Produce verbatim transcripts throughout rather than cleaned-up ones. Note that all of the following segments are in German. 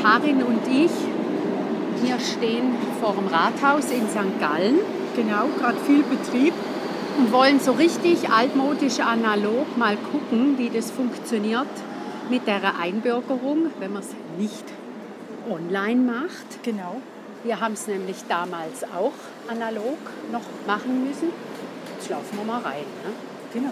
Karin und ich, wir stehen vor dem Rathaus in Sankt Gallen. Genau, gerade viel Betrieb. Und wollen so richtig altmodisch analog mal gucken, wie das funktioniert mit der Einbürgerung, wenn man es nicht online macht. Genau. Wir haben es nämlich damals auch analog noch machen müssen. Jetzt laufen wir mal rein. Ne? Genau.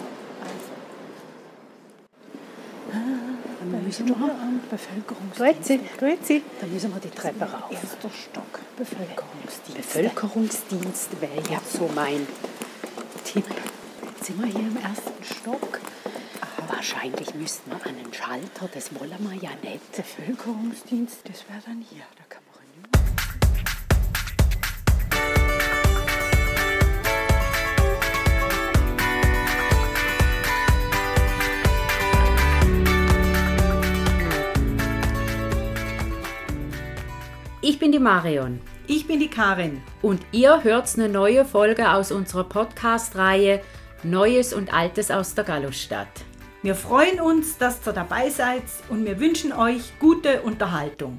Also. Dann müssen wir Bevölkerungsdienst. Grüezi. Dann müssen wir die Treppe rauf. Erster Stock. Bevölkerungsdienst. Bevölkerungsdienst wäre jetzt so mein Tipp. Jetzt sind wir hier im ersten Stock. Aha. Wahrscheinlich müssten wir an den Schalter, das wollen wir ja nicht. Bevölkerungsdienst, das wäre dann hier. Da kann man rein. Ich bin die Marion. Ich bin die Karin. Und ihr hört eine neue Folge aus unserer Podcast-Reihe Neues und Altes aus der Gallusstadt. Wir freuen uns, dass ihr dabei seid und wir wünschen euch gute Unterhaltung.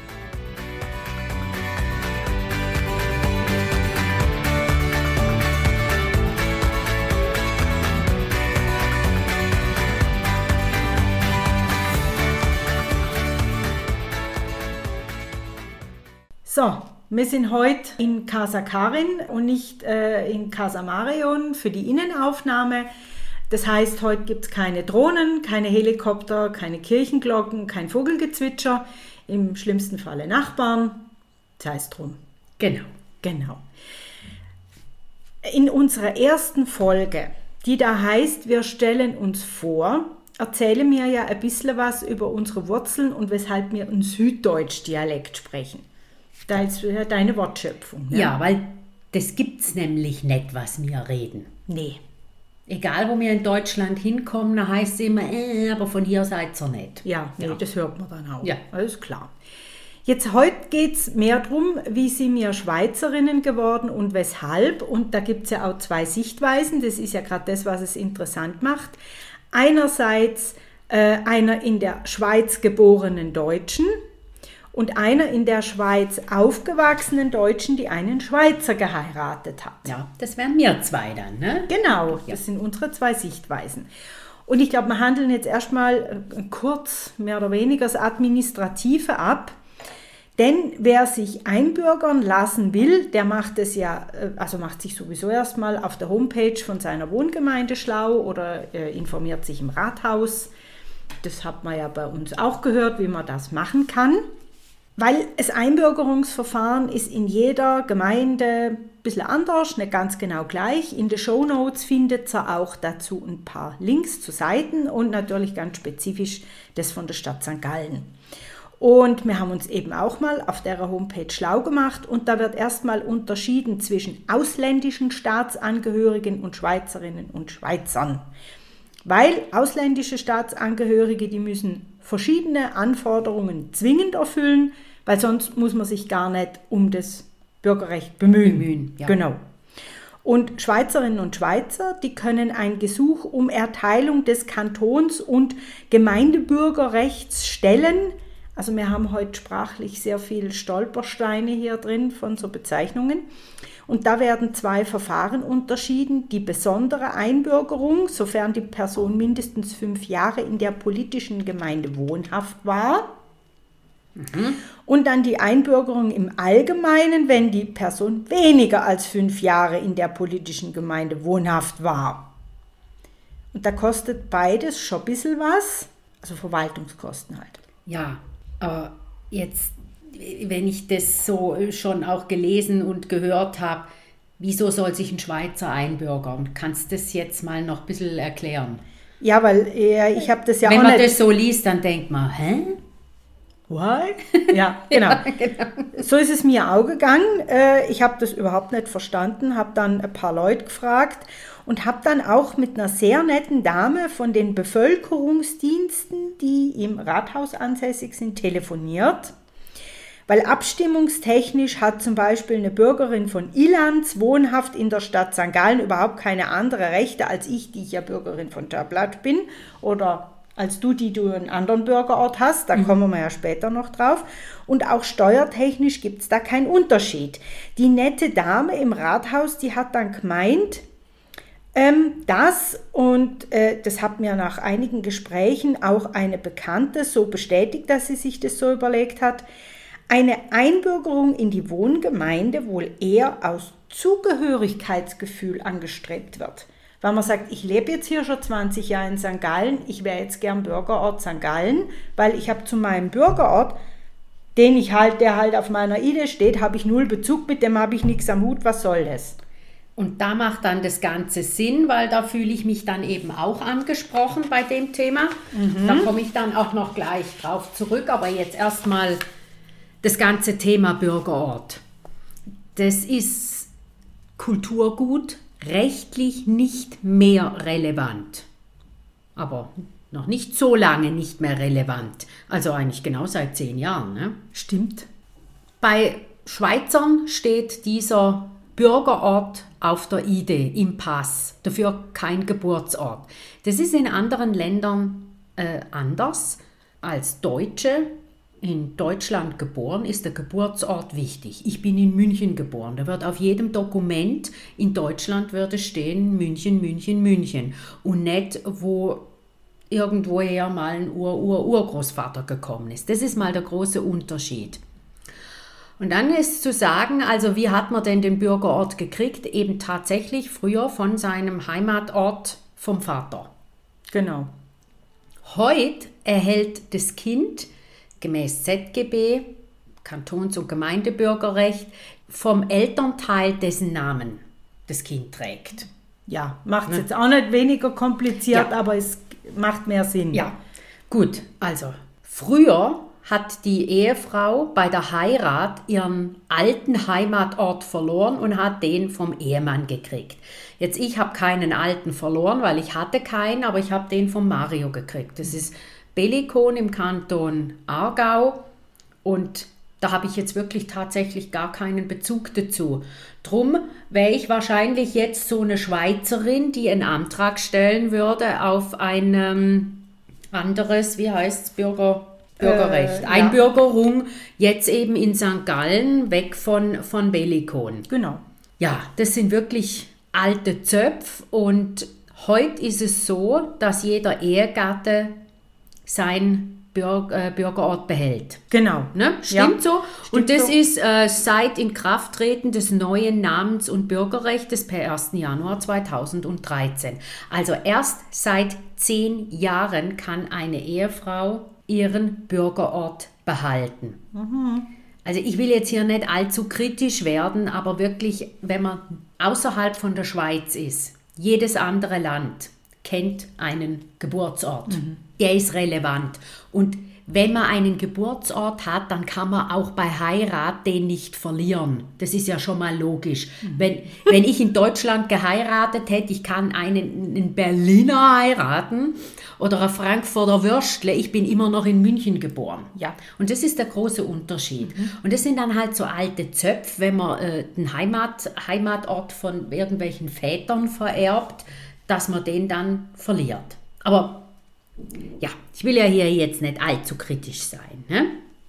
So, wir sind heute in Casa Karin und nicht äh, in Casa Marion für die Innenaufnahme. Das heißt, heute gibt es keine Drohnen, keine Helikopter, keine Kirchenglocken, kein Vogelgezwitscher, im schlimmsten Falle Nachbarn. Sei es drum. Genau. Genau. In unserer ersten Folge, die da heißt, wir stellen uns vor, erzähle mir ja ein bisschen was über unsere Wurzeln und weshalb wir einen Süddeutsch-Dialekt sprechen. Da ist deine Wortschöpfung. Ne? Ja, weil das gibt's nämlich nicht, was wir reden. Nee. Egal, wo wir in Deutschland hinkommen, da heißt es immer, äh, aber von hier seid ihr nicht. Ja, nee, ja, das hört man dann auch. Ja. Alles klar. Jetzt heute geht es mehr darum, wie sind wir Schweizerinnen geworden und weshalb. Und da gibt es ja auch zwei Sichtweisen. Das ist ja gerade das, was es interessant macht. Einerseits äh, einer in der Schweiz geborenen Deutschen und einer in der Schweiz aufgewachsenen Deutschen, die einen Schweizer geheiratet hat. Ja, das wären wir zwei dann, ne? Genau, das ja. sind unsere zwei Sichtweisen. Und ich glaube, wir handeln jetzt erstmal kurz, mehr oder weniger das Administrative ab. Denn wer sich einbürgern lassen will, der macht es ja, also macht sich sowieso erstmal auf der Homepage von seiner Wohngemeinde schlau oder äh, informiert sich im Rathaus. Das hat man ja bei uns auch gehört, wie man das machen kann. Weil das Einbürgerungsverfahren ist in jeder Gemeinde ein bisschen anders, nicht ganz genau gleich. In den Shownotes findet ihr auch dazu ein paar Links zu Seiten und natürlich ganz spezifisch das von der Stadt Sankt Gallen. Und wir haben uns eben auch mal auf der Homepage schlau gemacht und da wird erstmal unterschieden zwischen ausländischen Staatsangehörigen und Schweizerinnen und Schweizern. Weil ausländische Staatsangehörige, die müssen verschiedene Anforderungen zwingend erfüllen, weil sonst muss man sich gar nicht um das Bürgerrecht bemühen. bemühen ja. Genau. Und Schweizerinnen und Schweizer, die können ein Gesuch um Erteilung des Kantons- und Gemeindebürgerrechts stellen. Also wir haben heute sprachlich sehr viele Stolpersteine hier drin von so Bezeichnungen. Und da werden zwei Verfahren unterschieden. Die besondere Einbürgerung, sofern die Person mindestens fünf Jahre in der politischen Gemeinde wohnhaft war. Mhm. Und dann die Einbürgerung im Allgemeinen, wenn die Person weniger als fünf Jahre in der politischen Gemeinde wohnhaft war. Und da kostet beides schon ein bisschen was, also Verwaltungskosten halt. Ja, aber jetzt, wenn ich das so schon auch gelesen und gehört habe, wieso soll sich ein Schweizer einbürgern? Kannst du das jetzt mal noch ein bisschen erklären? Ja, weil äh, ich habe das ja Wenn auch man nicht... das so liest, dann denkt man, hä? Why? Ja, genau. ja, genau. So ist es mir auch gegangen. Ich habe das überhaupt nicht verstanden, habe dann ein paar Leute gefragt und habe dann auch mit einer sehr netten Dame von den Bevölkerungsdiensten, die im Rathaus ansässig sind, telefoniert. Weil abstimmungstechnisch hat zum Beispiel eine Bürgerin von Ilanz, wohnhaft in der Stadt Sankt Gallen, überhaupt keine andere Rechte als ich, die ich ja Bürgerin von Törblatt bin oder als du, die du einen anderen Bürgerort hast. Da mhm. kommen wir ja später noch drauf. Und auch steuertechnisch gibt es da keinen Unterschied. Die nette Dame im Rathaus, die hat dann gemeint, ähm, das, und äh, das hat mir nach einigen Gesprächen auch eine Bekannte so bestätigt, dass sie sich das so überlegt hat, eine Einbürgerung in die Wohngemeinde wohl eher aus Zugehörigkeitsgefühl angestrebt wird. Weil man sagt, ich lebe jetzt hier schon zwanzig Jahre in Sankt Gallen, ich wäre jetzt gern Bürgerort Sankt Gallen, weil ich habe zu meinem Bürgerort, den ich halt, der halt auf meiner I D steht, habe ich null Bezug, mit dem habe ich nichts am Hut, was soll das? Und da macht dann das Ganze Sinn, weil da fühle ich mich dann eben auch angesprochen bei dem Thema. Mhm. Da komme ich dann auch noch gleich drauf zurück, aber jetzt erstmal das ganze Thema Bürgerort. Das ist Kulturgut, rechtlich nicht mehr relevant, aber noch nicht so lange nicht mehr relevant, also eigentlich genau seit zehn Jahren. Ne? Stimmt. Bei Schweizern steht dieser Bürgerort auf der I D, im Pass, dafür kein Geburtsort. Das ist in anderen Ländern äh, anders. Als Deutsche in Deutschland geboren, ist der Geburtsort wichtig. Ich bin in München geboren. Da wird auf jedem Dokument in Deutschland würde stehen München, München, München. Und nicht, wo irgendwoher mal ein Ur-Ur-Urgroßvater gekommen ist. Das ist mal der große Unterschied. Und dann ist zu sagen, also wie hat man denn den Bürgerort gekriegt? Eben tatsächlich früher von seinem Heimatort vom Vater. Genau. Heute erhält das Kind gemäß Z G B, Kantons- und Gemeindebürgerrecht, vom Elternteil, dessen Namen das Kind trägt. Ja, macht es ne? jetzt auch nicht weniger kompliziert, ja. aber es macht mehr Sinn. Ja, gut. Also, früher hat die Ehefrau bei der Heirat ihren alten Heimatort verloren und hat den vom Ehemann gekriegt. Jetzt, ich habe keinen alten verloren, weil ich hatte keinen, aber ich habe den vom Mario gekriegt. Das ist Bellikon im Kanton Aargau und da habe ich jetzt wirklich tatsächlich gar keinen Bezug dazu. Drum wäre ich wahrscheinlich jetzt so eine Schweizerin, die einen Antrag stellen würde auf ein ähm, anderes, wie heißt es, Bürger, Bürgerrecht, äh, ja. Einbürgerung, jetzt eben in Sankt Gallen, weg von, von Bellikon. Genau. Ja, das sind wirklich alte Zöpfe und heute ist es so, dass jeder Ehegatte sein Bürger, äh, Bürgerort behält. Genau. Ne? Stimmt ja, so? Stimmt und das so. ist äh, seit Inkrafttreten des neuen Namens- und Bürgerrechts per ersten Januar zweitausenddreizehn. Also erst seit zehn Jahren kann eine Ehefrau ihren Bürgerort behalten. Mhm. Also ich will jetzt hier nicht allzu kritisch werden, aber wirklich, wenn man außerhalb von der Schweiz ist, jedes andere Land kennt einen Geburtsort. Mhm. Der ist relevant. Und wenn man einen Geburtsort hat, dann kann man auch bei Heirat den nicht verlieren. Das ist ja schon mal logisch. Mhm. Wenn, wenn ich in Deutschland geheiratet hätte, ich kann einen, einen Berliner heiraten oder ein Frankfurter Würstle, ich bin immer noch in München geboren. Ja. Und das ist der große Unterschied. Mhm. Und das sind dann halt so alte Zöpfe, wenn man äh, den Heimat, Heimatort von irgendwelchen Vätern vererbt, dass man den dann verliert. Aber ja, ich will ja hier jetzt nicht allzu kritisch sein. Ne?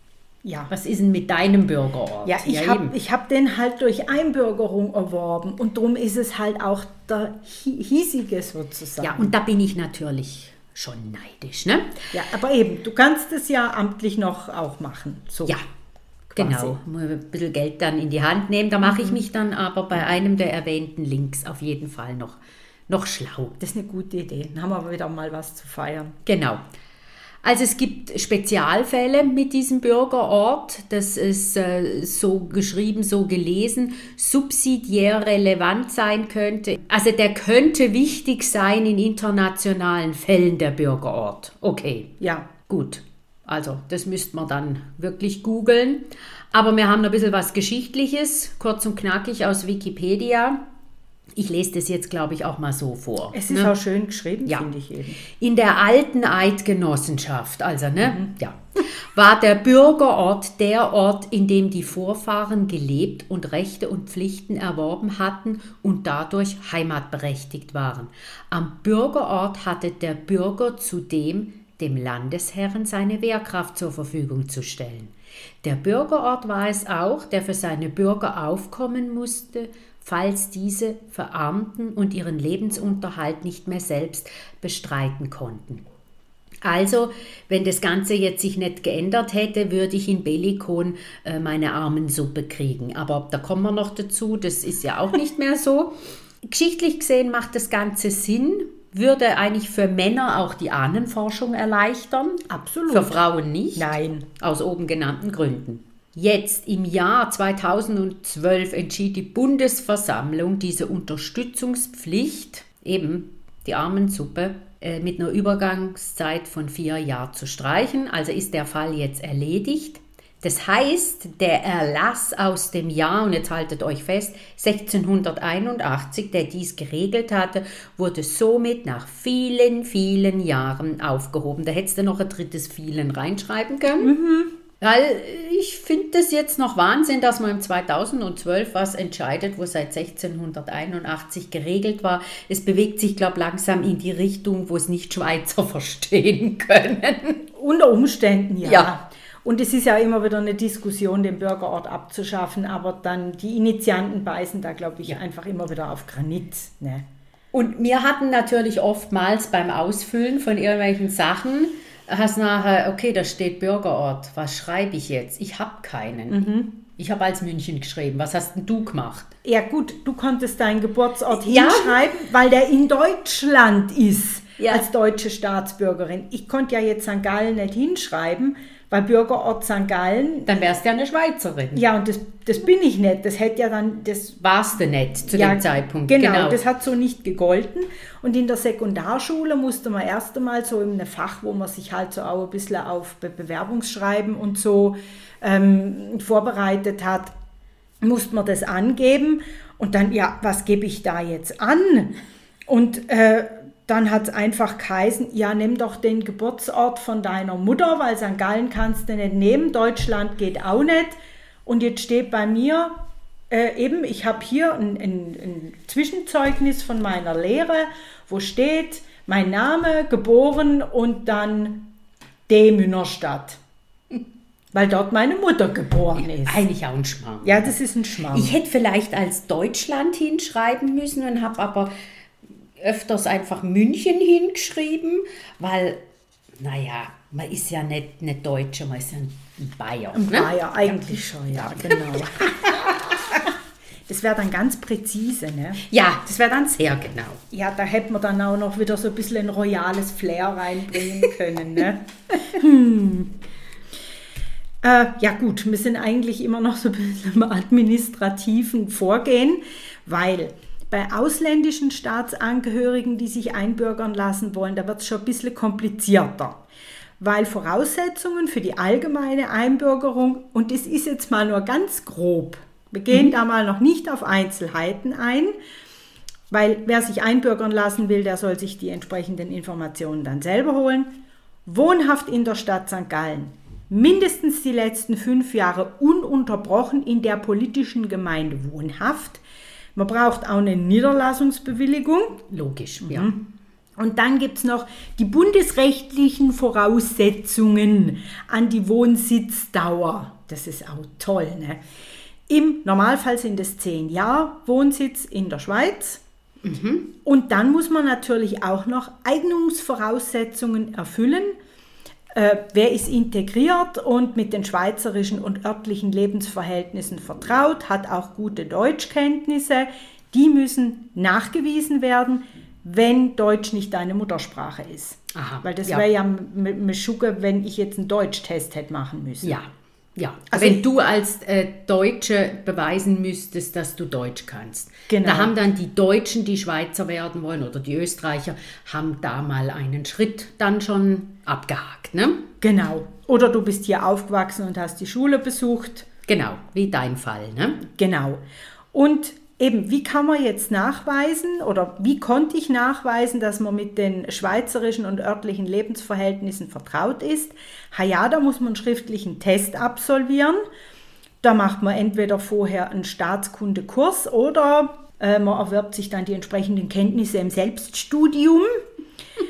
Ja. Was ist denn mit deinem Bürgerort? Ja, ich ja, habe hab den halt durch Einbürgerung erworben und darum ist es halt auch der hiesige sozusagen. Ja, und da bin ich natürlich schon neidisch. Ne? Ja, aber eben, du kannst es ja amtlich noch auch machen. So. Ja, quasi. Genau. Muss ein bisschen Geld dann in die Hand nehmen. Da mache mhm. ich mich dann aber bei einem der erwähnten Links auf jeden Fall noch noch schlau. Das ist eine gute Idee. Dann haben wir aber wieder mal was zu feiern. Genau. Also es gibt Spezialfälle mit diesem Bürgerort. Das ist äh, so geschrieben, so gelesen, subsidiär relevant sein könnte. Also der könnte wichtig sein in internationalen Fällen, der Bürgerort. Okay. Ja. Gut. Also das müsste man dann wirklich googeln. Aber wir haben ein bisschen was Geschichtliches, kurz und knackig aus Wikipedia. Ich lese das jetzt, glaube ich, auch mal so vor. Es ist ne? auch schön geschrieben, ja. finde ich eben. In der alten Eidgenossenschaft, also, ne, mhm. ja, war der Bürgerort der Ort, in dem die Vorfahren gelebt und Rechte und Pflichten erworben hatten und dadurch heimatberechtigt waren. Am Bürgerort hatte der Bürger zudem dem Landesherrn seine Wehrkraft zur Verfügung zu stellen. Der Bürgerort war es auch, der für seine Bürger aufkommen musste, falls diese verarmten und ihren Lebensunterhalt nicht mehr selbst bestreiten konnten. Also, wenn das Ganze jetzt sich nicht geändert hätte, würde ich in Bellikon äh, meine Armensuppe kriegen. Aber da kommen wir noch dazu, das ist ja auch nicht mehr so. Geschichtlich gesehen macht das Ganze Sinn, würde eigentlich für Männer auch die Ahnenforschung erleichtern. Absolut. Für Frauen nicht. Nein. Aus oben genannten Gründen. Jetzt im Jahr zweitausendzwölf entschied die Bundesversammlung diese Unterstützungspflicht, eben die Armensuppe, äh, mit einer Übergangszeit von vier Jahren zu streichen. Also ist der Fall jetzt erledigt. Das heißt, der Erlass aus dem Jahr, und jetzt haltet euch fest, sechzehnhunderteinundachtzig, der dies geregelt hatte, wurde somit nach vielen, vielen Jahren aufgehoben. Da hättest du noch ein drittes vielen reinschreiben können. Mhm. Weil ich finde das jetzt noch Wahnsinn, dass man im zweitausendzwölf was entscheidet, wo seit sechzehnhunderteinundachtzig geregelt war. Es bewegt sich, glaube ich, langsam in die Richtung, wo es nicht Schweizer verstehen können. Unter Umständen, ja. Ja. Und es ist ja immer wieder eine Diskussion, den Bürgerort abzuschaffen, aber dann die Initianten beißen da, glaube ich, ja. einfach immer wieder auf Granit. Ne? Und wir hatten natürlich oftmals beim Ausfüllen von irgendwelchen Sachen, hast nachher, okay, da steht Bürgerort, was schreibe ich jetzt? Ich habe keinen. Mhm. Ich habe als München geschrieben. Was hast denn du gemacht? Ja gut, du konntest deinen Geburtsort ja. hinschreiben, weil der in Deutschland ist, ja. als deutsche Staatsbürgerin. Ich konnte ja jetzt Sankt Gallen nicht hinschreiben, weil Bürgerort Sankt Gallen... Dann wärst du ja eine Schweizerin. Ja, und das, das bin ich nicht. Das hätte ja dann... Das warst du nicht zu ja, dem Zeitpunkt. Genau, genau, das hat so nicht gegolten. Und in der Sekundarschule musste man erst einmal so in einem Fach, wo man sich halt so auch ein bisschen auf Be- Bewerbungsschreiben und so ähm, vorbereitet hat, musste man das angeben. Und dann, ja, was gebe ich da jetzt an? Und... Äh, Dann hat es einfach geheißen, ja, nimm doch den Geburtsort von deiner Mutter, weil Sankt Gallen kannst du nicht nehmen, Deutschland geht auch nicht. Und jetzt steht bei mir äh, eben, ich habe hier ein, ein, ein Zwischenzeugnis von meiner Lehre, wo steht mein Name, geboren und dann D. Münnerstadt. Weil dort meine Mutter geboren ist. Eigentlich auch ein Schmarrn. Ja, das ist ein Schmarrn. Ich hätte vielleicht als Deutschland hinschreiben müssen und habe aber... öfters einfach München hingeschrieben, weil, naja, man ist ja nicht, nicht Deutscher, man ist ja ein Bayer. Ein ne? Bayer, eigentlich ja. schon, ja, genau. Das wäre dann ganz präzise, ne? Ja, das wäre dann sehr genau. Ja, da hätte man dann auch noch wieder so ein bisschen ein royales Flair reinbringen können, ne? hm. äh, ja gut, wir sind eigentlich immer noch so ein bisschen im administrativen Vorgehen, weil... Bei ausländischen Staatsangehörigen, die sich einbürgern lassen wollen, da wird es schon ein bisschen komplizierter, weil Voraussetzungen für die allgemeine Einbürgerung, und das ist jetzt mal nur ganz grob, wir gehen mhm. da mal noch nicht auf Einzelheiten ein, weil wer sich einbürgern lassen will, der soll sich die entsprechenden Informationen dann selber holen. Wohnhaft in der Stadt Sankt Gallen, mindestens die letzten fünf Jahre ununterbrochen in der politischen Gemeinde wohnhaft. Man braucht auch eine Niederlassungsbewilligung. Logisch, ja. Und dann gibt es noch die bundesrechtlichen Voraussetzungen an die Wohnsitzdauer. Das ist auch toll, ne? Im Normalfall sind es zehn Jahre Wohnsitz in der Schweiz. Mhm. Und dann muss man natürlich auch noch Eignungsvoraussetzungen erfüllen. Äh, wer ist integriert und mit den schweizerischen und örtlichen Lebensverhältnissen vertraut, hat auch gute Deutschkenntnisse. Die müssen nachgewiesen werden, wenn Deutsch nicht deine Muttersprache ist. Aha, weil das ja. wäre ja eine Schugge, wenn ich jetzt einen Deutschtest hätte machen müssen. Ja, ja. Also wenn du als äh, Deutsche beweisen müsstest, dass du Deutsch kannst. Genau. Da haben dann die Deutschen, die Schweizer werden wollen, oder die Österreicher, haben da mal einen Schritt dann schon abgehakt, ne? Genau. Oder du bist hier aufgewachsen und hast die Schule besucht. Genau, wie dein Fall, ne? Genau. Und eben, wie kann man jetzt nachweisen oder wie konnte ich nachweisen, dass man mit den schweizerischen und örtlichen Lebensverhältnissen vertraut ist? Ha ja, da muss man einen schriftlichen Test absolvieren. Da macht man entweder vorher einen Staatskundekurs oder äh, man erwirbt sich dann die entsprechenden Kenntnisse im Selbststudium.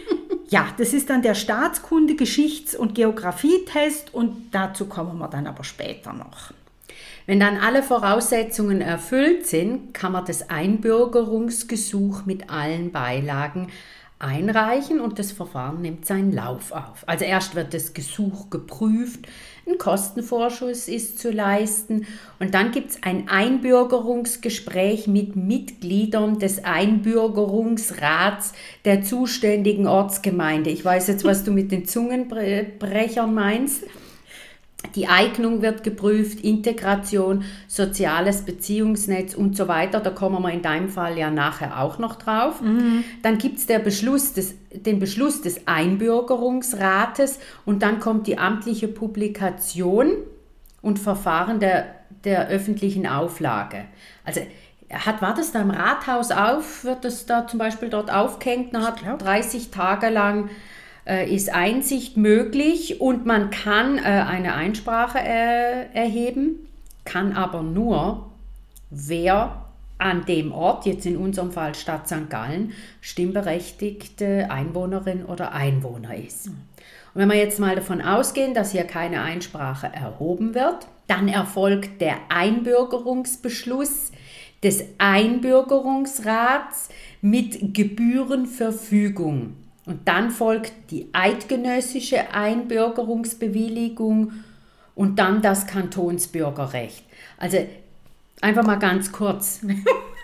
Ja, das ist dann der Staatskunde-, Geschichts- und Geografietest und dazu kommen wir dann aber später noch. Wenn dann alle Voraussetzungen erfüllt sind, kann man das Einbürgerungsgesuch mit allen Beilagen einreichen und das Verfahren nimmt seinen Lauf auf. Also erst wird das Gesuch geprüft, ein Kostenvorschuss ist zu leisten und dann gibt es ein Einbürgerungsgespräch mit Mitgliedern des Einbürgerungsrats der zuständigen Ortsgemeinde. Ich weiß jetzt, was du mit den Zungenbrechern meinst. Die Eignung wird geprüft, Integration, soziales Beziehungsnetz und so weiter. Da kommen wir in deinem Fall ja nachher auch noch drauf. Mhm. Dann gibt es Beschluss des, den Beschluss des Einbürgerungsrates und dann kommt die amtliche Publikation und Verfahren der, der öffentlichen Auflage. Also hat, war das da im Rathaus auf? Wird das da zum Beispiel dort aufgehängt? Man hat dreißig Tage lang ist Einsicht möglich und man kann äh, eine Einsprache äh, erheben, kann aber nur, wer an dem Ort, jetzt in unserem Fall Stadt Sankt Gallen, stimmberechtigte Einwohnerin oder Einwohner ist. Und wenn wir jetzt mal davon ausgehen, dass hier keine Einsprache erhoben wird, dann erfolgt der Einbürgerungsbeschluss des Einbürgerungsrats mit Gebührenverfügung. Und dann folgt die eidgenössische Einbürgerungsbewilligung und dann das Kantonsbürgerrecht. Also einfach mal ganz kurz. Das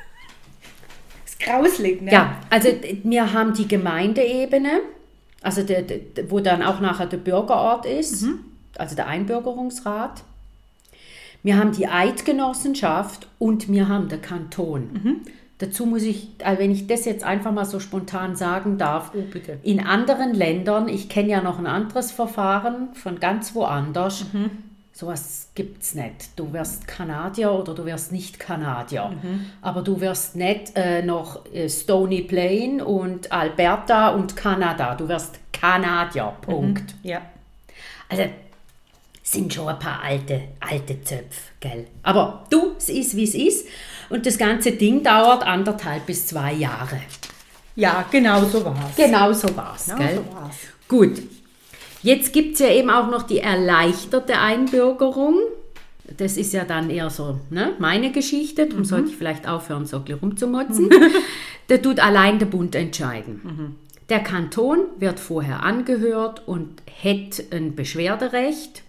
ist grauslig, ne? Ja, also wir haben die Gemeindeebene, also der, der, wo dann auch nachher der Bürgerort ist, mhm. also der Einbürgerungsrat. Wir haben die Eidgenossenschaft und wir haben den Kanton. Mhm. Dazu muss ich, also wenn ich das jetzt einfach mal so spontan sagen darf, oh, bitte. In anderen Ländern, ich kenne ja noch ein anderes Verfahren von ganz woanders, mhm. sowas gibt es nicht. Du wirst Kanadier oder du wirst nicht Kanadier, mhm. aber du wirst nicht äh, noch äh, Stony Plain und Alberta und Kanada, du wirst Kanadier, Punkt. Mhm. Ja. Also sind schon ein paar alte, alte Zöpfe, gell? Aber du, es ist, wie es ist. Und das ganze Ding dauert anderthalb bis zwei Jahre. Ja, genau so war es. Genau so war es, genau gell? So war's. Gut. Jetzt gibt es ja eben auch noch die erleichterte Einbürgerung. Das ist ja dann eher so, ne, meine Geschichte. Darum mhm. sollte ich vielleicht aufhören, so ein bisschen rumzumotzen. Mhm. Da tut allein der Bund entscheiden. Mhm. Der Kanton wird vorher angehört und hat ein Beschwerderecht.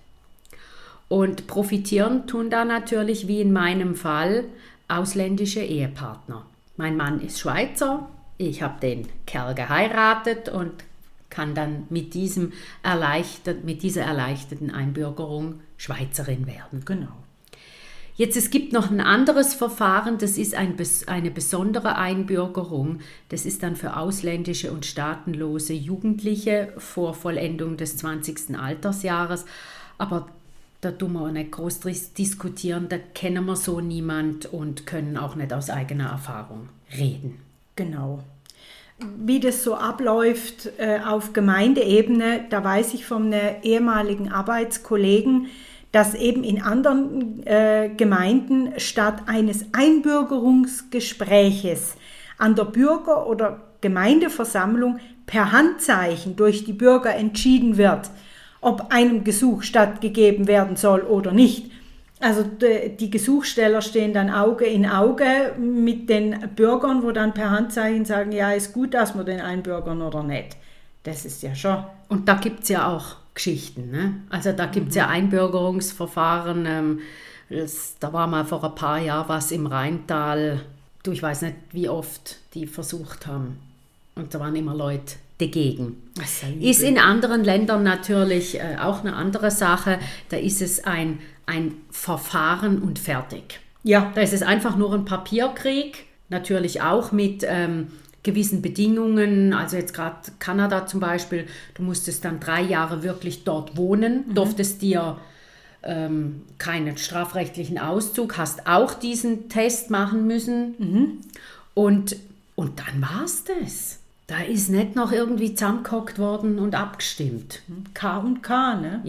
Und profitieren tun da natürlich, wie in meinem Fall, ausländische Ehepartner. Mein Mann ist Schweizer, ich habe den Kerl geheiratet und kann dann mit, diesem erleichtert, mit dieser erleichterten Einbürgerung Schweizerin werden. Genau. Jetzt, es gibt noch ein anderes Verfahren, das ist ein, eine besondere Einbürgerung. Das ist dann für ausländische und staatenlose Jugendliche vor Vollendung des zwanzigsten Altersjahres. Aber da tun wir auch nicht groß diskutieren, da kennen wir so niemand und können auch nicht aus eigener Erfahrung reden. Genau. Wie das so abläuft äh, auf Gemeindeebene, da weiß ich von einem ehemaligen Arbeitskollegen, dass eben in anderen äh, Gemeinden statt eines Einbürgerungsgespräches an der Bürger- oder Gemeindeversammlung per Handzeichen durch die Bürger entschieden wird, ob einem Gesuch stattgegeben werden soll oder nicht. Also die Gesuchsteller stehen dann Auge in Auge mit den Bürgern, wo dann per Handzeichen sagen, ja, ist gut, dass wir den einbürgern oder nicht. Das ist ja schon. Und da gibt es ja auch Geschichten, ne? Also da gibt es mhm. ja Einbürgerungsverfahren. Ähm, das, da war mal vor ein paar Jahren was im Rheintal. Du, ich weiß nicht, wie oft die versucht haben. Und da waren immer Leute dagegen. Ist in anderen Ländern natürlich äh, auch eine andere Sache. Da ist es ein, ein Verfahren und fertig. Ja. Da ist es einfach nur ein Papierkrieg, natürlich auch mit ähm, gewissen Bedingungen. Also jetzt gerade Kanada zum Beispiel, du musstest dann drei Jahre wirklich dort wohnen, mhm. durftest dir ähm, keinen strafrechtlichen Auszug, hast auch diesen Test machen müssen. Mhm. Und, und dann war es das. Da ist nicht noch irgendwie zusammengehockt worden und abgestimmt. K und K, ne? Ja,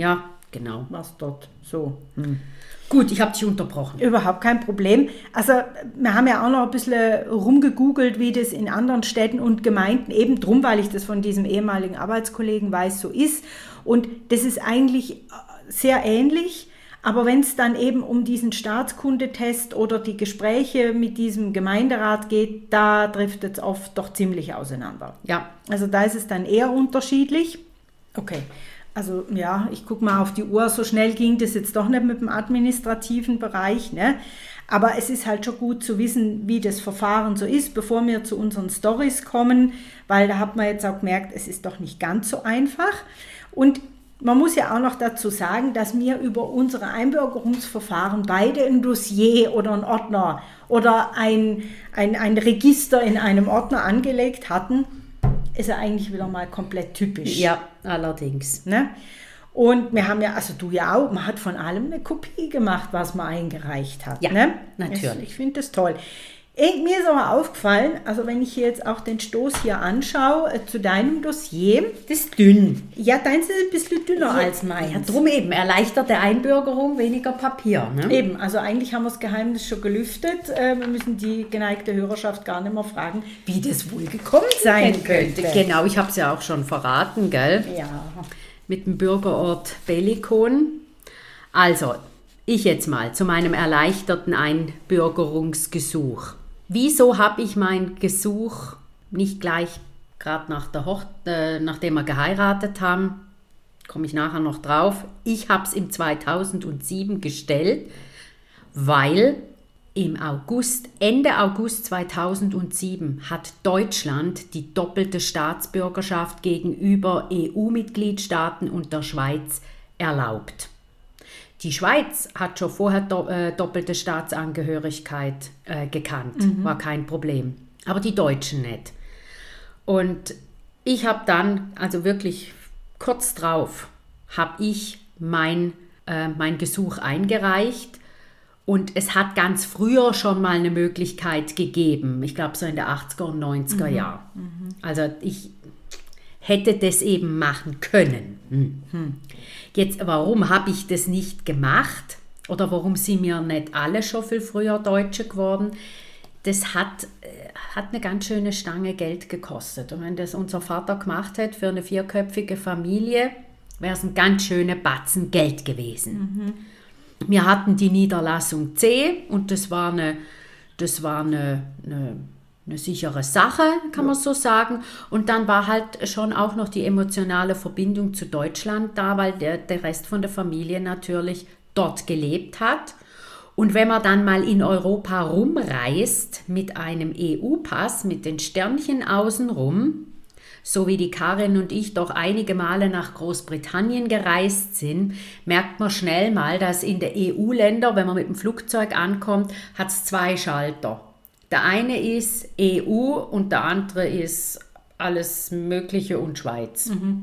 genau. Was dort so. Hm. Gut, ich habe dich unterbrochen. Überhaupt kein Problem. Also wir haben ja auch noch ein bisschen rumgegoogelt, wie das in anderen Städten und Gemeinden, eben drum, weil ich das von diesem ehemaligen Arbeitskollegen weiß, so ist. Und das ist eigentlich sehr ähnlich. Aber wenn es dann eben um diesen Staatskundetest oder die Gespräche mit diesem Gemeinderat geht, da driftet es oft doch ziemlich auseinander. Ja. Also da ist es dann eher unterschiedlich. Okay, also ja, ich gucke mal auf die Uhr, so schnell ging das jetzt doch nicht mit dem administrativen Bereich, ne? Aber es ist halt schon gut zu wissen, wie das Verfahren so ist, bevor wir zu unseren Storys kommen, weil da hat man jetzt auch gemerkt, es ist doch nicht ganz so einfach. Und man muss ja auch noch dazu sagen, dass wir über unsere Einbürgerungsverfahren beide ein Dossier oder ein Ordner oder ein, ein, ein Register in einem Ordner angelegt hatten. Ist ja eigentlich wieder mal komplett typisch. Ja, allerdings. Ne? Und wir haben ja, also du ja auch, man hat von allem eine Kopie gemacht, was man eingereicht hat. Ja, ne? natürlich. Ich, ich finde das toll. Ich, mir ist aber aufgefallen, also wenn ich hier jetzt auch den Stoß hier anschaue, äh, zu deinem Dossier. Das ist dünn. Ja, deins ist ein bisschen dünner Ja, als meins. Ja, drum eben, erleichterte Einbürgerung, weniger Papier. Ne? Eben, also eigentlich haben wir das Geheimnis schon gelüftet. Äh, wir müssen die geneigte Hörerschaft gar nicht mehr fragen, wie das wohl gekommen sein könnte. Genau, ich habe es ja auch schon verraten, gell? Ja. Mit dem Bürgerort Bellikon. Also, ich jetzt mal zu meinem erleichterten Einbürgerungsgesuch. Wieso habe ich mein Gesuch nicht gleich gerade nach der Hoch- äh, nachdem wir geheiratet haben, komme ich nachher noch drauf, ich habe es im zweitausendsieben gestellt, weil im August, Ende August zweitausendsieben hat Deutschland die doppelte Staatsbürgerschaft gegenüber E U-Mitgliedstaaten und der Schweiz erlaubt. Die Schweiz hat schon vorher do, äh, doppelte Staatsangehörigkeit äh, gekannt, mhm. war kein Problem. Aber die Deutschen nicht. Und ich habe dann, also wirklich kurz drauf, habe ich mein, äh, mein Gesuch eingereicht. Und es hat ganz früher schon mal eine Möglichkeit gegeben, ich glaube so in der achtziger und neunziger mhm. Jahren. Mhm. Also ich hätte das eben machen können. Hm. Hm. Jetzt, warum habe ich das nicht gemacht? Oder warum sind wir nicht alle schon viel früher Deutsche geworden? Das hat, hat eine ganz schöne Stange Geld gekostet. Und wenn das unser Vater gemacht hätte für eine vierköpfige Familie, wäre es ein ganz schöner Batzen Geld gewesen. Mhm. Wir hatten die Niederlassung C und das war eine, das war eine, eine eine sichere Sache, kann man so sagen. Und dann war halt schon auch noch die emotionale Verbindung zu Deutschland da, weil der, der Rest von der Familie natürlich dort gelebt hat. Und wenn man dann mal in Europa rumreist mit einem E U-Pass, mit den Sternchen außenrum, so wie die Karin und ich doch einige Male nach Großbritannien gereist sind, merkt man schnell mal, dass in den E U-Ländern, wenn man mit dem Flugzeug ankommt, hat es zwei Schalter. Der eine ist E U und der andere ist alles Mögliche und Schweiz. Mhm.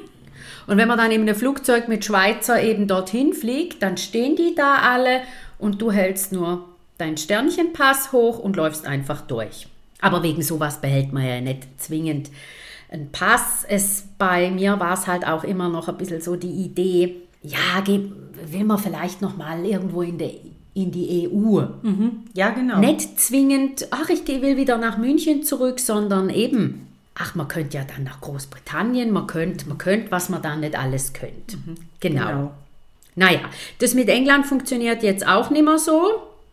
Und wenn man dann in einem Flugzeug mit Schweizer eben dorthin fliegt, dann stehen die da alle und du hältst nur deinen Sternchenpass hoch und läufst einfach durch. Aber wegen sowas behält man ja nicht zwingend einen Pass. Es, bei mir war es halt auch immer noch ein bisschen so die Idee, ja, will man vielleicht noch mal irgendwo in der in die E U. Mhm. Ja, genau. Nicht zwingend, ach, ich will wieder nach München zurück, sondern eben, ach, man könnte ja dann nach Großbritannien, man könnte, man könnte, was man dann nicht alles könnte. Mhm. Genau. genau. Naja, das mit England funktioniert jetzt auch nicht mehr so.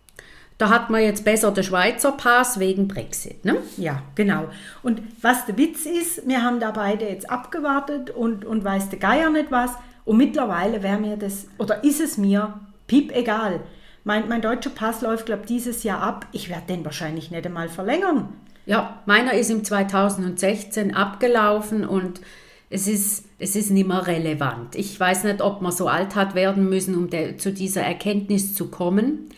Da hat man jetzt besser den Schweizer Pass wegen Brexit, ne? Ja, genau. Und was der Witz ist, wir haben da beide jetzt abgewartet und, und weiß der Geier nicht was. Und mittlerweile wäre mir das, oder ist es mir, piep egal. Mein, mein deutscher Pass läuft, glaube ich, dieses Jahr ab. Ich werde den wahrscheinlich nicht einmal verlängern. Ja, meiner ist im zweitausendsechzehn abgelaufen und es ist, es ist nicht mehr relevant. Ich weiß nicht, ob man so alt hat werden müssen, um de, zu dieser Erkenntnis zu kommen.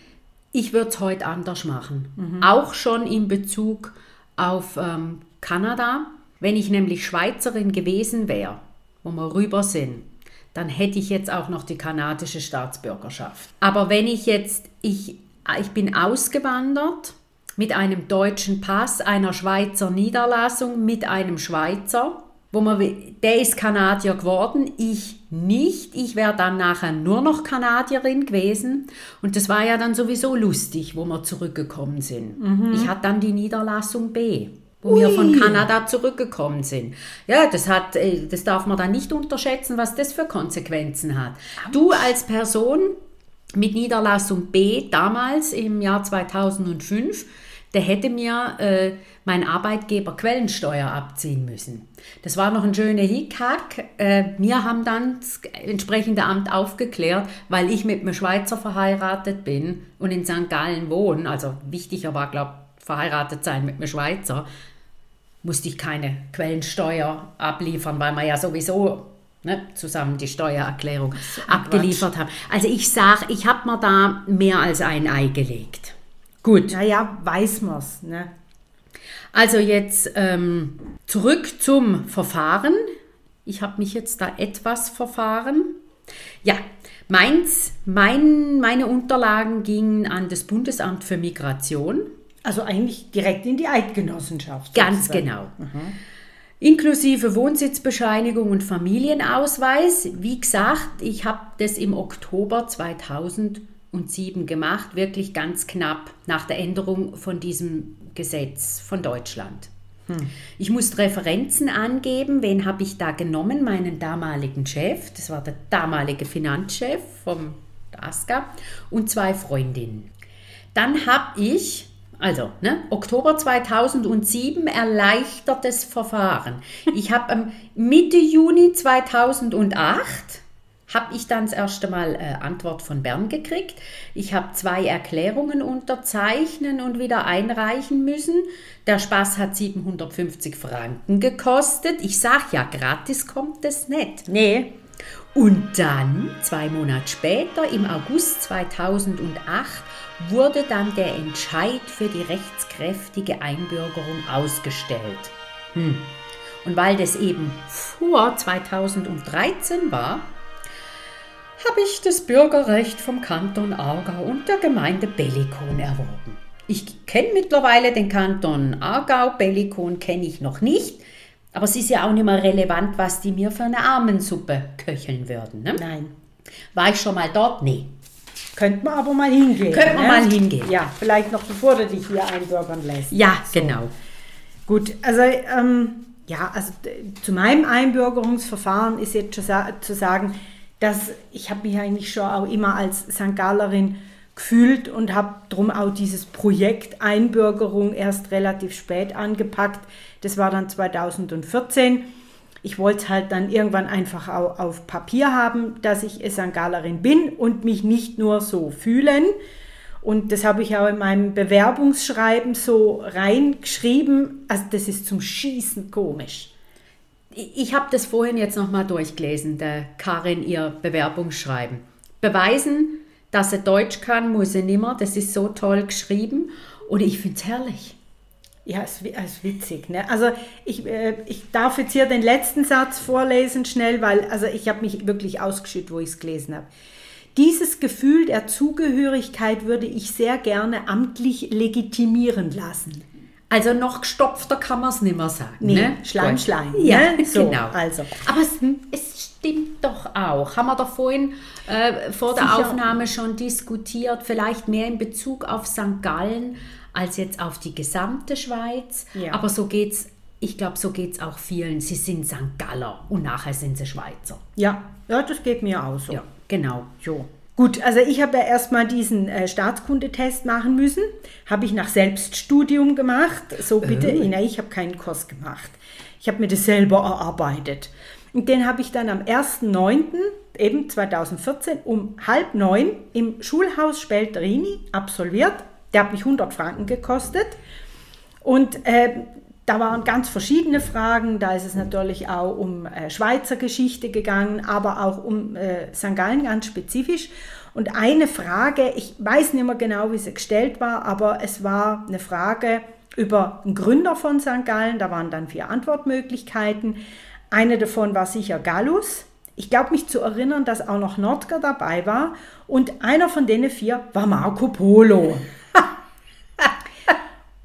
Ich würde es heute anders machen. Mhm. Auch schon in Bezug auf ähm, Kanada. Wenn ich nämlich Schweizerin gewesen wäre, wo wir rüber sind, dann hätte ich jetzt auch noch die kanadische Staatsbürgerschaft. Aber wenn ich jetzt, ich, ich bin ausgewandert mit einem deutschen Pass, einer Schweizer Niederlassung, mit einem Schweizer wo man, der ist Kanadier geworden, ich nicht. Ich wäre dann nachher nur noch Kanadierin gewesen. Und das war ja dann sowieso lustig, wo wir zurückgekommen sind. Mhm. Ich hatte dann die Niederlassung B, wo Ui. wir von Kanada zurückgekommen sind. Ja, das, hat, das darf man dann nicht unterschätzen, was das für Konsequenzen hat. Ouch. Du als Person mit Niederlassung B damals im Jahr zweitausendfünf, der hätte mir äh, mein Arbeitgeber Quellensteuer abziehen müssen. Das war noch ein schöner Hickhack. Äh, wir haben dann das entsprechende Amt aufgeklärt, weil ich mit einem Schweizer verheiratet bin und in Sankt Gallen wohne. Also wichtiger war, glaube ich, verheiratet sein mit einem Schweizer. Musste ich keine Quellensteuer abliefern, weil wir ja sowieso ne, zusammen die Steuererklärung so abgeliefert haben. Also ich sage, ich habe mir da mehr als ein Ei gelegt. Gut. Naja, weiß man's, ne? Also jetzt ähm, zurück zum Verfahren. Ich habe mich jetzt da etwas verfahren. Ja, meins, mein, meine Unterlagen gingen an das Bundesamt für Migration. Also eigentlich direkt in die Eidgenossenschaft. Ganz sozusagen. Genau. Mhm. Inklusive Wohnsitzbescheinigung und Familienausweis. Wie gesagt, ich habe das im Oktober zweitausendsieben gemacht, wirklich ganz knapp nach der Änderung von diesem Gesetz von Deutschland. Hm. Ich musste Referenzen angeben. Wen habe ich da genommen? Meinen damaligen Chef, das war der damalige Finanzchef vom A S C A und zwei Freundinnen. Dann habe ich, also ne, Oktober zweitausendsieben, erleichtertes Verfahren. Ich habe ähm, Mitte Juni zweitausendacht habe ich dann das erste Mal äh, Antwort von Bern gekriegt. Ich habe zwei Erklärungen unterzeichnen und wieder einreichen müssen. Der Spaß hat siebenhundertfünfzig Franken gekostet. Ich sage ja, gratis kommt das nicht. Nee. Und dann, zwei Monate später, im August zweitausendacht, wurde dann der Entscheid für die rechtskräftige Einbürgerung ausgestellt. Hm. Und weil das eben vor zweitausenddreizehn war, habe ich das Bürgerrecht vom Kanton Aargau und der Gemeinde Bellikon erworben. Ich kenne mittlerweile den Kanton Aargau, Bellikon kenne ich noch nicht, aber es ist ja auch nicht mehr relevant, was die mir für eine Armensuppe köcheln würden. Ne? Nein. War ich schon mal dort? Nee. Könnte man aber mal hingehen. Könnte man ne? mal hingehen. Ja, vielleicht noch bevor du dich hier einbürgern lässt. Ja, so. Genau. Gut, also ähm, ja, also zu meinem Einbürgerungsverfahren ist jetzt schon sa- zu sagen, dass ich habe mich eigentlich schon auch immer als Sankt Gallerin gefühlt und habe darum auch dieses Projekt Einbürgerung erst relativ spät angepackt. Das war dann zweitausendvierzehn. Ich wollte es halt dann irgendwann einfach auch auf Papier haben, dass ich Sankt Gallerin bin und mich nicht nur so fühlen. Und das habe ich auch in meinem Bewerbungsschreiben so reingeschrieben. Also das ist zum Schießen komisch. Ich habe das vorhin jetzt nochmal durchgelesen, der Karin ihr Bewerbungsschreiben. Beweisen, dass sie Deutsch kann, muss sie nimmer. Das ist so toll geschrieben und ich finde es herrlich. Ja, es ist witzig. Ne? Also ich, äh, ich darf jetzt hier den letzten Satz vorlesen schnell, weil also ich habe mich wirklich ausgeschüttet, wo ich es gelesen habe. Dieses Gefühl der Zugehörigkeit würde ich sehr gerne amtlich legitimieren lassen. Also noch gestopfter kann man es nicht mehr sagen. Nee, ne? Schleim, Schleim. Ja, ne? so, genau. Also. Aber es, es stimmt doch auch. Haben wir doch vorhin äh, vor der Sicher. Aufnahme schon diskutiert, vielleicht mehr in Bezug auf Sankt Gallen als jetzt auf die gesamte Schweiz. Ja. Aber so geht's, ich glaube, so geht es auch vielen. Sie sind Sankt Galler und nachher sind sie Schweizer. Ja, ja, das geht mir auch so. Ja, genau. So. Gut, also ich habe ja erstmal diesen äh, Staatskundetest machen müssen. Habe ich nach Selbststudium gemacht. So bitte, Oh. nein, ich habe keinen Kurs gemacht. Ich habe mir das selber erarbeitet. Und den habe ich dann am ersten neunten eben zweitausendvierzehn um halb neun im Schulhaus Spelterini absolviert. Der hat mich hundert Franken gekostet. Und äh, da waren ganz verschiedene Fragen. Da ist es natürlich auch um äh, Schweizer Geschichte gegangen, aber auch um äh, Sankt Gallen ganz spezifisch. Und eine Frage, ich weiß nicht mehr genau, wie sie gestellt war, aber es war eine Frage über einen Gründer von Sankt Gallen. Da waren dann vier Antwortmöglichkeiten. Eine davon war sicher Gallus. Ich glaube mich zu erinnern, dass auch noch Notker dabei war. Und einer von denen vier war Marco Polo.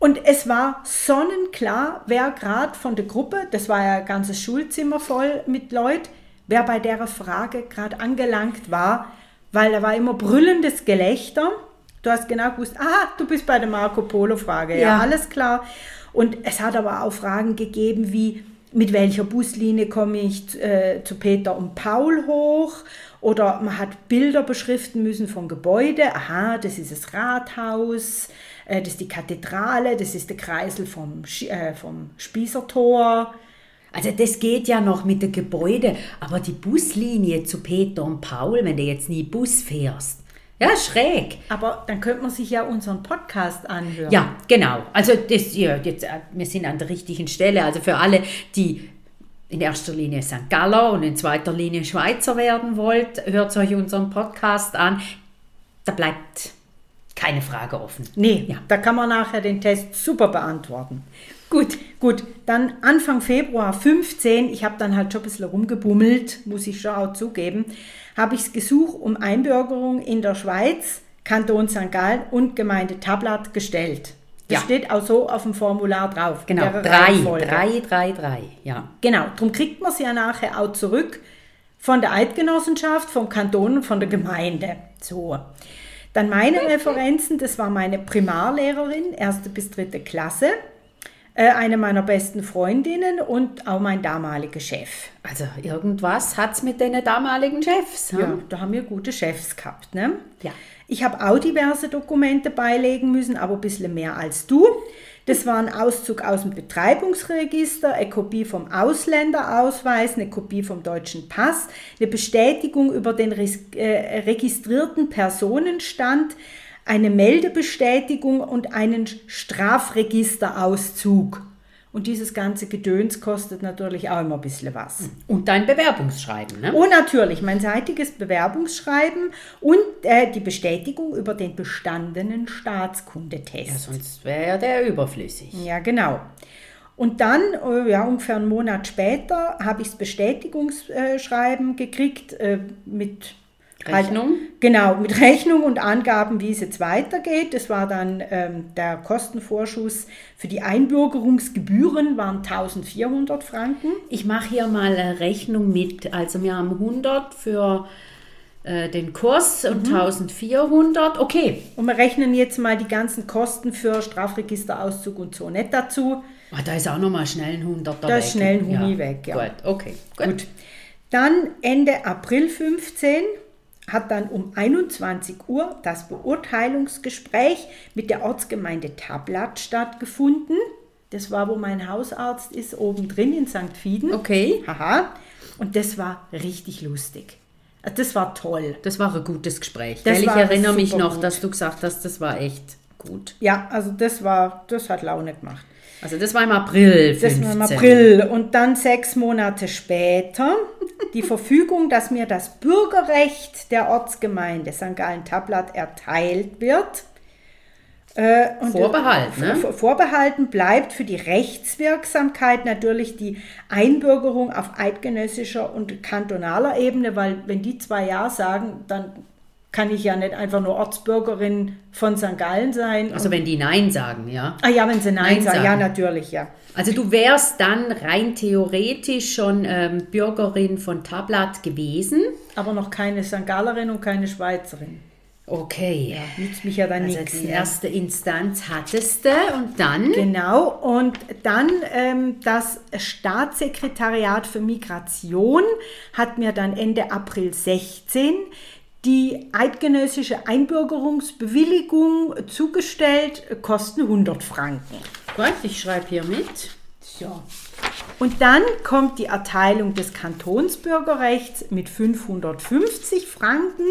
Und es war sonnenklar, wer gerade von der Gruppe, das war ja ein ganzes Schulzimmer voll mit Leuten, wer bei der Frage gerade angelangt war, weil da war immer brüllendes Gelächter. Du hast genau gewusst, ah, du bist bei der Marco Polo-Frage, ja, ja, alles klar. Und es hat aber auch Fragen gegeben wie, mit welcher Buslinie komme ich äh, zu Peter und Paul hoch? Oder man hat Bilder beschriften müssen von Gebäude. Aha, das ist das Rathaus, äh, das ist die Kathedrale, das ist der Kreisel vom, äh, vom Spießertor. Also das geht ja noch mit dem Gebäude, aber die Buslinie zu Peter und Paul, wenn du jetzt nie Bus fährst, ja, schräg. Aber dann könnte man sich ja unseren Podcast anhören. Ja, genau. Also das, ja, jetzt, wir sind an der richtigen Stelle. Also für alle, die in erster Linie Sankt Galler und in zweiter Linie Schweizer werden wollt, hört euch unseren Podcast an. Da bleibt keine Frage offen. Nee, ja. Da kann man nachher den Test super beantworten. Gut, gut. Dann Anfang Februar fünfzehn, ich habe dann halt schon ein bisschen rumgebummelt, muss ich schon auch zugeben, habe ich das Gesuch um Einbürgerung in der Schweiz, Kanton Sankt Gallen und Gemeinde Tablat gestellt. Das ja. steht auch so auf dem Formular drauf. Genau, drei, drei, drei, drei, ja. Genau, darum kriegt man es ja nachher auch zurück von der Eidgenossenschaft, vom Kanton und von der Gemeinde. So. Dann meine Referenzen, das war meine Primarlehrerin, erste bis dritte Klasse, eine meiner besten Freundinnen und auch mein damaliger Chef. Also irgendwas hat es mit den damaligen Chefs. Hm? Ja, da haben wir gute Chefs gehabt. Ne? Ja. Ich habe auch diverse Dokumente beilegen müssen, aber ein bisschen mehr als du. Das war ein Auszug aus dem Betreibungsregister, eine Kopie vom Ausländerausweis, eine Kopie vom deutschen Pass, eine Bestätigung über den äh, registrierten Personenstand, eine Meldebestätigung und einen Strafregisterauszug. Und dieses ganze Gedöns kostet natürlich auch immer ein bisschen was. Und dein Bewerbungsschreiben, ne? Und natürlich mein seitiges Bewerbungsschreiben und äh, die Bestätigung über den bestandenen Staatskundetest. Ja, sonst wäre der überflüssig. Ja, genau. Und dann, äh, ja, ungefähr einen Monat später, habe ich das Bestätigungsschreiben gekriegt äh, mit Rechnung? Halt, genau, mit Rechnung und Angaben, wie es jetzt weitergeht. Das war dann ähm, der Kostenvorschuss für die Einbürgerungsgebühren, waren eintausendvierhundert Franken. Ich mache hier mal eine Rechnung mit. Also wir haben hundert für äh, den Kurs und mhm. eintausendvierhundert. Okay. Und wir rechnen jetzt mal die ganzen Kosten für Strafregisterauszug und so nicht dazu. Oh, da ist auch nochmal schnell ein hunderter Da weg. ist schnell ein Huni ja. weg, ja. Gut, okay. Gut. Gut. Dann Ende April fünfzehn hat dann um einundzwanzig Uhr das Beurteilungsgespräch mit der Ortsgemeinde Tablat stattgefunden. Das war, wo mein Hausarzt ist, oben drin in Sankt Fieden. Okay. Haha. Und das war richtig lustig. Das war toll. Das war ein gutes Gespräch. Das ich war erinnere mich noch, gut. dass du gesagt hast, das war echt gut. Ja, also das war, das hat Laune gemacht. Also das war im April fünfzehn. Das war im April. Und dann sechs Monate später die Verfügung, dass mir das Bürgerrecht der Ortsgemeinde Sankt Gallen-Tablat erteilt wird. Äh, und Vorbehalten, ne? Vorbehalten bleibt für die Rechtswirksamkeit natürlich die Einbürgerung auf eidgenössischer und kantonaler Ebene, weil wenn die zwei Ja sagen, dann kann ich ja nicht einfach nur Ortsbürgerin von Sankt Gallen sein. Also wenn die Nein sagen, ja? Ah ja, wenn sie Nein, Nein sagen, sagen, ja natürlich, ja. Also du wärst dann rein theoretisch schon ähm, Bürgerin von Tablat gewesen. Aber noch keine Sankt Gallerin und keine Schweizerin. Okay. Ja, nützt mich ja dann also nichts. Die ne? erste Instanz hattest du und dann? Genau, und dann ähm, das Staatssekretariat für Migration hat mir dann Ende April sechzehn die eidgenössische Einbürgerungsbewilligung zugestellt, kosten hundert Franken. Gut, ich schreibe hier mit. So. Und dann kommt die Erteilung des Kantonsbürgerrechts mit fünfhundertfünfzig Franken.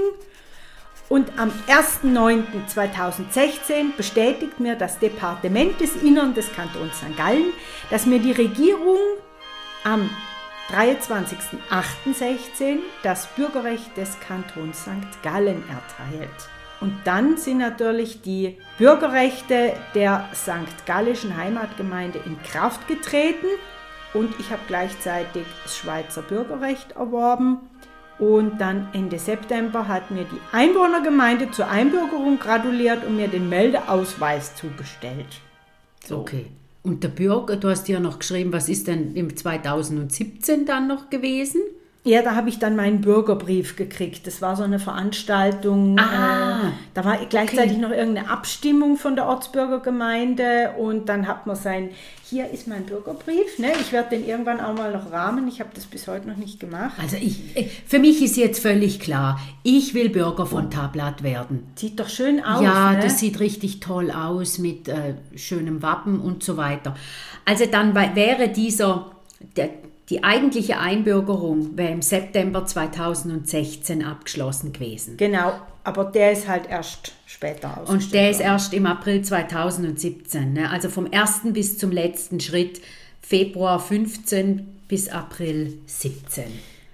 Und am ersten neunten zweitausendsechzehn bestätigt mir das Departement des Innern des Kantons Sankt Gallen, dass mir die Regierung am dreiundzwanzigsten achten sechzehn das Bürgerrecht des Kantons Sankt Gallen erteilt. Und dann sind natürlich die Bürgerrechte der Sankt Gallischen Heimatgemeinde in Kraft getreten und ich habe gleichzeitig das Schweizer Bürgerrecht erworben. Und dann Ende September hat mir die Einwohnergemeinde zur Einbürgerung gratuliert und mir den Meldeausweis zugestellt. So. Okay. Und der Bürger, du hast ja noch geschrieben, was ist denn im zweitausendsiebzehn dann noch gewesen? Ja, da habe ich dann meinen Bürgerbrief gekriegt. Das war so eine Veranstaltung. Ah, äh, da war gleichzeitig okay. noch irgendeine Abstimmung von der Ortsbürgergemeinde und dann hat man sein, hier ist mein Bürgerbrief. Ne? Ich werde den irgendwann auch mal noch rahmen. Ich habe das bis heute noch nicht gemacht. Also ich, für mich ist jetzt völlig klar, ich will Bürger von Tablat werden. Sieht doch schön aus. Ja, ne? das sieht richtig toll aus mit äh, schönem Wappen und so weiter. Also dann wäre dieser, der, die eigentliche Einbürgerung wäre im September zweitausendsechzehn abgeschlossen gewesen. Genau, aber der ist halt erst später ausgestellt. Und der ist erst im April zweitausendsiebzehn. Ne? Also vom ersten bis zum letzten Schritt, Februar fünfzehn bis April siebzehn.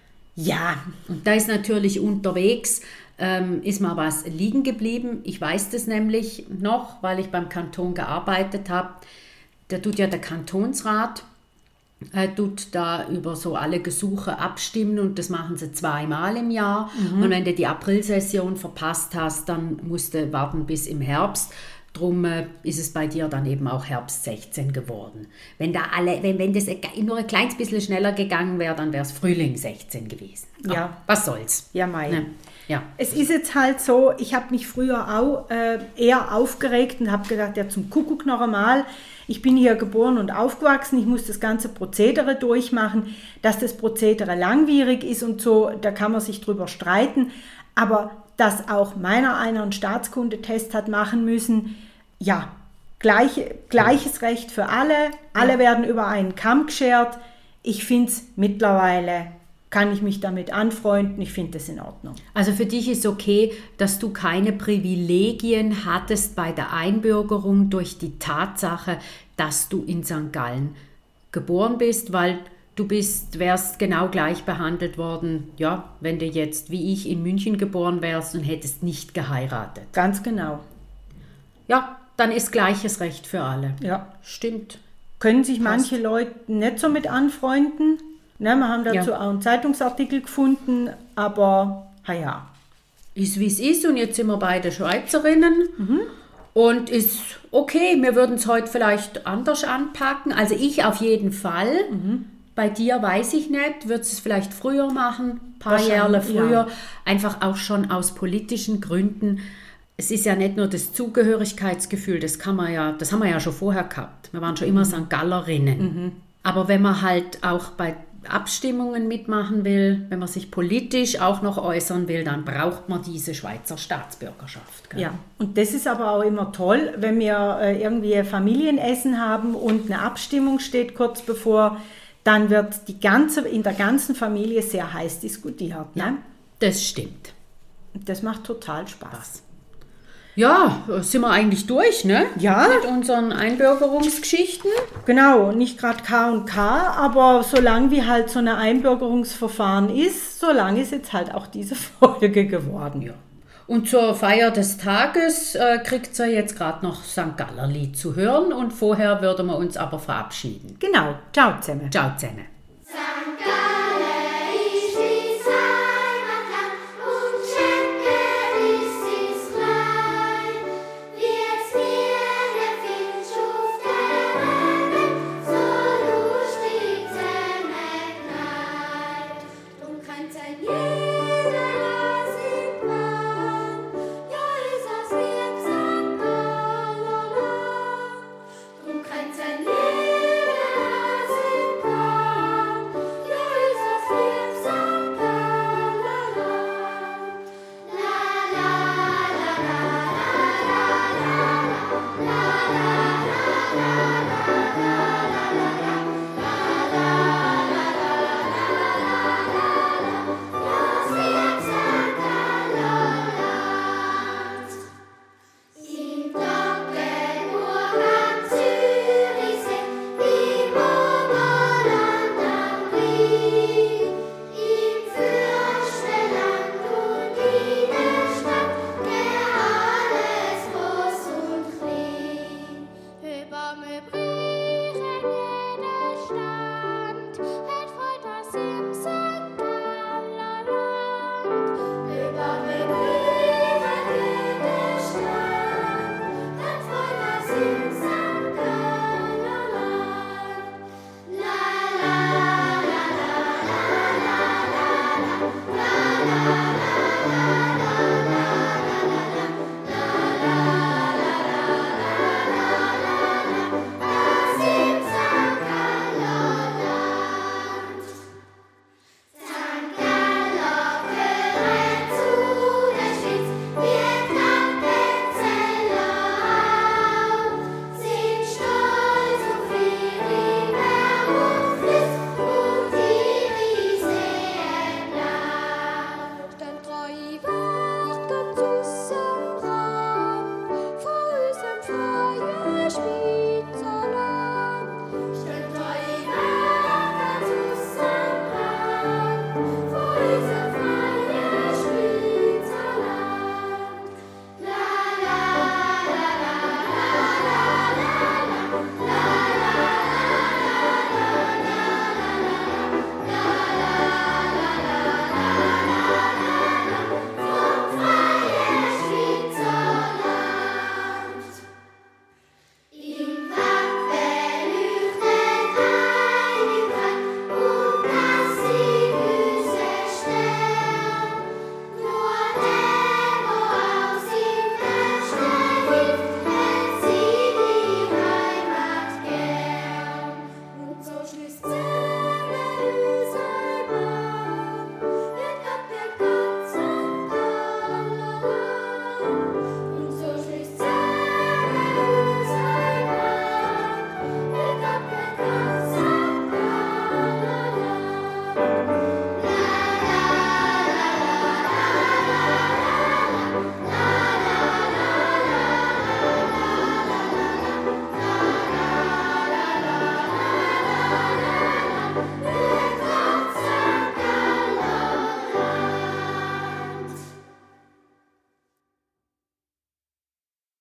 Ja. Und da ist natürlich unterwegs, ähm, ist mal was liegen geblieben. Ich weiß das nämlich noch, weil ich beim Kanton gearbeitet habe. Da tut ja der Kantonsrat, äh, tut da über so alle Gesuche abstimmen und das machen sie zweimal im Jahr. Mhm. Und wenn du die Aprilsession verpasst hast, dann musst du warten bis im Herbst. Drum äh, ist es bei dir dann eben auch Herbst sechzehn geworden. Wenn, da alle, wenn, wenn das nur ein kleines bisschen schneller gegangen wäre, dann wäre es Frühling sechzehn gewesen. Ja. Aber was soll's. Ja, Mai. Ne? Ja. Es ist jetzt halt so, ich habe mich früher auch äh, eher aufgeregt und habe gedacht, ja zum Kuckuck noch einmal, ich bin hier geboren und aufgewachsen, ich muss das ganze Prozedere durchmachen, dass das Prozedere langwierig ist und so, da kann man sich drüber streiten, aber dass auch meiner einer einen Staatskundetest hat machen müssen, ja, gleiche, gleiches Recht für alle, alle werden über einen Kamm geschert, ich finde es mittlerweile, kann ich mich damit anfreunden, ich finde das in Ordnung. Also für dich ist okay, dass du keine Privilegien hattest bei der Einbürgerung durch die Tatsache, dass du in Sankt Gallen geboren bist, weil du bist, wärst genau gleich behandelt worden, ja, wenn du jetzt wie ich in München geboren wärst und hättest nicht geheiratet. Ganz genau. Ja, dann ist gleiches Recht für alle. Ja. Stimmt. Können sich Passt. manche Leute nicht so mit anfreunden. Ne, wir haben dazu Ja. auch einen Zeitungsartikel gefunden, aber ja. Ist wie es ist und jetzt sind wir beide Schweizerinnen mhm. und ist okay, wir würden es heute vielleicht anders anpacken. Also ich auf jeden Fall. Mhm. Bei dir weiß ich nicht, würdest du es vielleicht früher machen, ein paar Jahre früher, ja. Einfach auch schon aus politischen Gründen. Es ist ja nicht nur das Zugehörigkeitsgefühl, das kann man ja, das haben wir ja schon vorher gehabt. Wir waren schon immer Sankt Gallerinnen. Mhm. Aber wenn man halt auch bei Abstimmungen mitmachen will, wenn man sich politisch auch noch äußern will, dann braucht man diese Schweizer Staatsbürgerschaft. Gell? Ja, und das ist aber auch immer toll, wenn wir äh, irgendwie ein Familienessen haben und eine Abstimmung steht kurz bevor, dann wird die ganze, in der ganzen Familie sehr heiß diskutiert. Ne? Ja, das stimmt. Das macht total Spaß. Ja, sind wir eigentlich durch, ne? Ja. Mit unseren Einbürgerungsgeschichten. Genau, nicht gerade K und K, aber solange wie halt so ein Einbürgerungsverfahren ist, solange ist jetzt halt auch diese Folge geworden. Ja. Und zur Feier des Tages äh, kriegt ihr jetzt gerade noch Sankt Gallerlied zu hören und vorher würden wir uns aber verabschieden. Genau, ciao zusammen. Ciao zusammen. Sankt